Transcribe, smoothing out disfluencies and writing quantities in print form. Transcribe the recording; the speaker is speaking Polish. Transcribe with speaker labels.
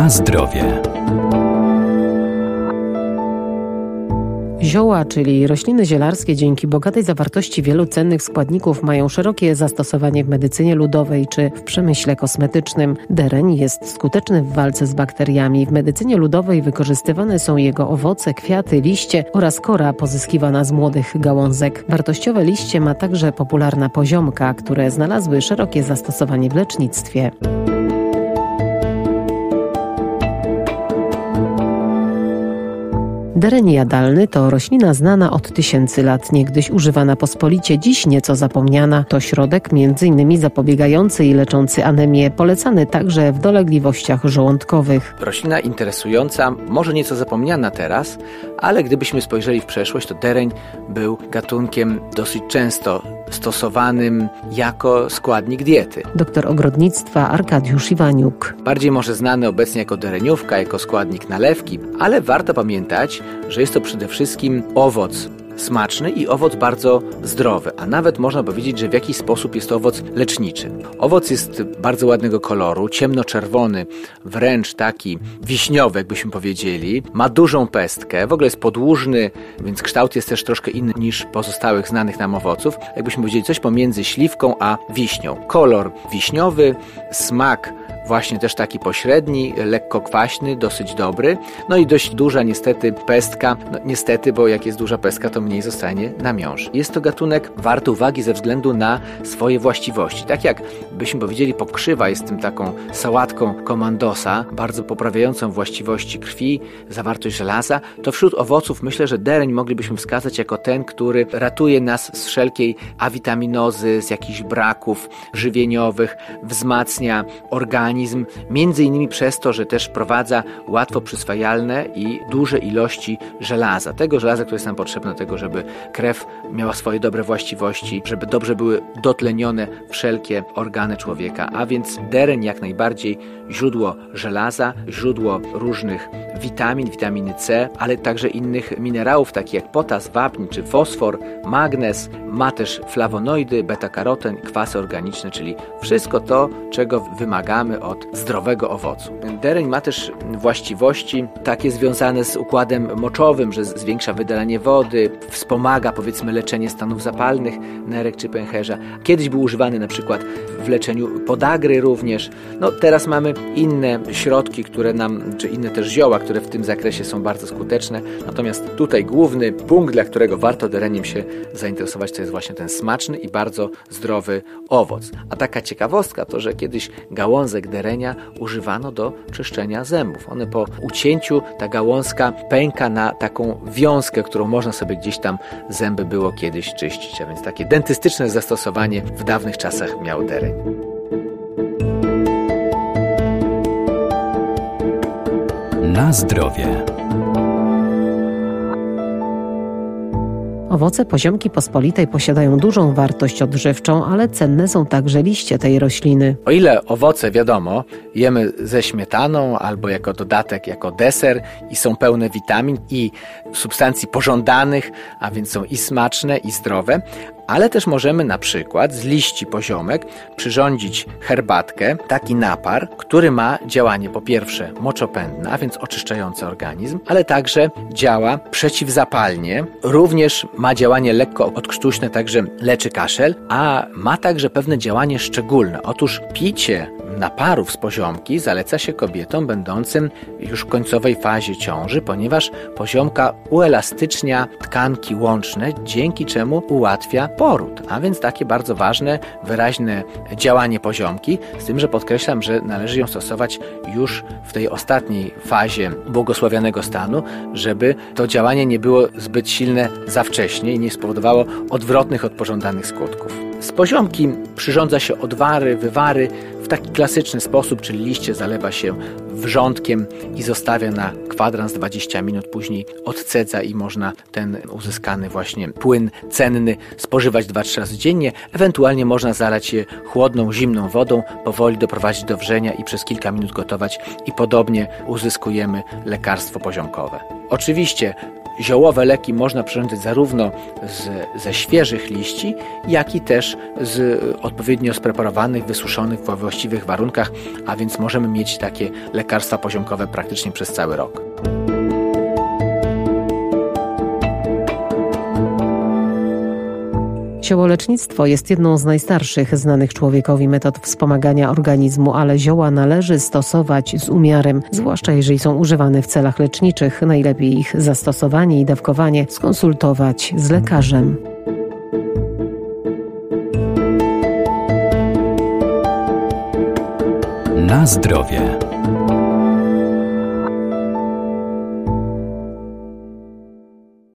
Speaker 1: Na zdrowie.
Speaker 2: Zioła, czyli rośliny zielarskie, dzięki bogatej zawartości wielu cennych składników mają szerokie zastosowanie w medycynie ludowej czy w przemyśle kosmetycznym. Dereń jest skuteczny w walce z bakteriami. W medycynie ludowej wykorzystywane są jego owoce, kwiaty, liście oraz kora pozyskiwana z młodych gałązek. Wartościowe liście ma także popularna poziomka, które znalazły szerokie zastosowanie w lecznictwie. Dereń jadalny to roślina znana od tysięcy lat, niegdyś używana pospolicie, dziś nieco zapomniana. To środek m.in. zapobiegający i leczący anemię, polecany także w dolegliwościach żołądkowych.
Speaker 3: Roślina interesująca, może nieco zapomniana teraz, ale gdybyśmy spojrzeli w przeszłość, to dereń był gatunkiem dosyć często stosowanym jako składnik diety.
Speaker 2: Doktor ogrodnictwa Arkadiusz Iwaniuk.
Speaker 3: Bardziej może znany obecnie jako dereniówka, jako składnik nalewki, ale warto pamiętać, że jest to przede wszystkim owoc smaczny i owoc bardzo zdrowy, a nawet można powiedzieć, że w jakiś sposób jest to owoc leczniczy. Owoc jest bardzo ładnego koloru, ciemnoczerwony, wręcz taki wiśniowy, jakbyśmy powiedzieli. Ma dużą pestkę, w ogóle jest podłużny, więc kształt jest też troszkę inny niż pozostałych znanych nam owoców. Jakbyśmy powiedzieli, coś pomiędzy śliwką a wiśnią. Kolor wiśniowy, smak właśnie też taki pośredni, lekko kwaśny, dosyć dobry. No i dość duża niestety pestka. No niestety, bo jak jest duża pestka, to mniej zostanie na miąższ. Jest to gatunek warty uwagi ze względu na swoje właściwości. Tak jak byśmy powiedzieli, pokrzywa jest tym taką sałatką komandosa, bardzo poprawiającą właściwości krwi, zawartość żelaza, to wśród owoców myślę, że dereń moglibyśmy wskazać jako ten, który ratuje nas z wszelkiej awitaminozy, z jakichś braków żywieniowych, wzmacnia organizm, między innymi przez to, że też wprowadza łatwo przyswajalne i duże ilości żelaza. Tego żelaza, które jest nam potrzebne do tego, żeby krew miała swoje dobre właściwości, żeby dobrze były dotlenione wszelkie organy człowieka. A więc dereń jak najbardziej źródło żelaza, źródło różnych witamin, witaminy C, ale także innych minerałów, takich jak potas, wapń czy fosfor, magnez. Ma też flawonoidy, beta-karoten, kwasy organiczne, czyli wszystko to, czego wymagamy od zdrowego owocu. Dereń ma też właściwości takie związane z układem moczowym, że zwiększa wydalanie wody, wspomaga powiedzmy leczenie stanów zapalnych nerek czy pęcherza. Kiedyś był używany na przykład w leczeniu podagry również. No teraz mamy inne środki, które czy inne też zioła, które w tym zakresie są bardzo skuteczne. Natomiast tutaj główny punkt, dla którego warto dereniem się zainteresować, to jest właśnie ten smaczny i bardzo zdrowy owoc. A taka ciekawostka to, że kiedyś gałązek derenia używano do czyszczenia zębów. One po ucięciu, ta gałązka pęka na taką wiązkę, którą można sobie gdzieś tam zęby było kiedyś czyścić. A więc takie dentystyczne zastosowanie w dawnych czasach miał dereń.
Speaker 1: Na zdrowie.
Speaker 2: Owoce poziomki pospolitej posiadają dużą wartość odżywczą, ale cenne są także liście tej rośliny.
Speaker 3: O ile owoce, wiadomo, jemy ze śmietaną albo jako dodatek, jako deser i są pełne witamin i substancji pożądanych, a więc są i smaczne, i zdrowe, ale też możemy na przykład z liści poziomek przyrządzić herbatkę, taki napar, który ma działanie po pierwsze moczopędne, a więc oczyszczające organizm, ale także działa przeciwzapalnie, również ma działanie lekko odkrztuśne, także leczy kaszel, a ma także pewne działanie szczególne. Otóż picie naparów z poziomki zaleca się kobietom będącym już w końcowej fazie ciąży, ponieważ poziomka uelastycznia tkanki łączne, dzięki czemu ułatwia poród. A więc takie bardzo ważne, wyraźne działanie poziomki, z tym, że podkreślam, że należy ją stosować już w tej ostatniej fazie błogosławionego stanu, żeby to działanie nie było zbyt silne za wcześnie i nie spowodowało odwrotnych od pożądanych skutków. Z poziomki przyrządza się odwary, wywary w taki klasyczny sposób, czyli liście zalewa się wrzątkiem i zostawia na kwadrans 20 minut, później odcedza i można ten uzyskany właśnie płyn cenny spożywać 2-3 razy dziennie. Ewentualnie można zalać je chłodną, zimną wodą, powoli doprowadzić do wrzenia i przez kilka minut gotować i podobnie uzyskujemy lekarstwo poziomkowe. Oczywiście ziołowe leki można przyrządzać zarówno ze świeżych liści, jak i też z odpowiednio spreparowanych, wysuszonych we właściwych warunkach, a więc możemy mieć takie lekarstwa poziomkowe praktycznie przez cały rok.
Speaker 2: Ziołolecznictwo jest jedną z najstarszych znanych człowiekowi metod wspomagania organizmu, ale zioła należy stosować z umiarem, zwłaszcza jeżeli są używane w celach leczniczych. Najlepiej ich zastosowanie i dawkowanie skonsultować z lekarzem.
Speaker 1: Na zdrowie.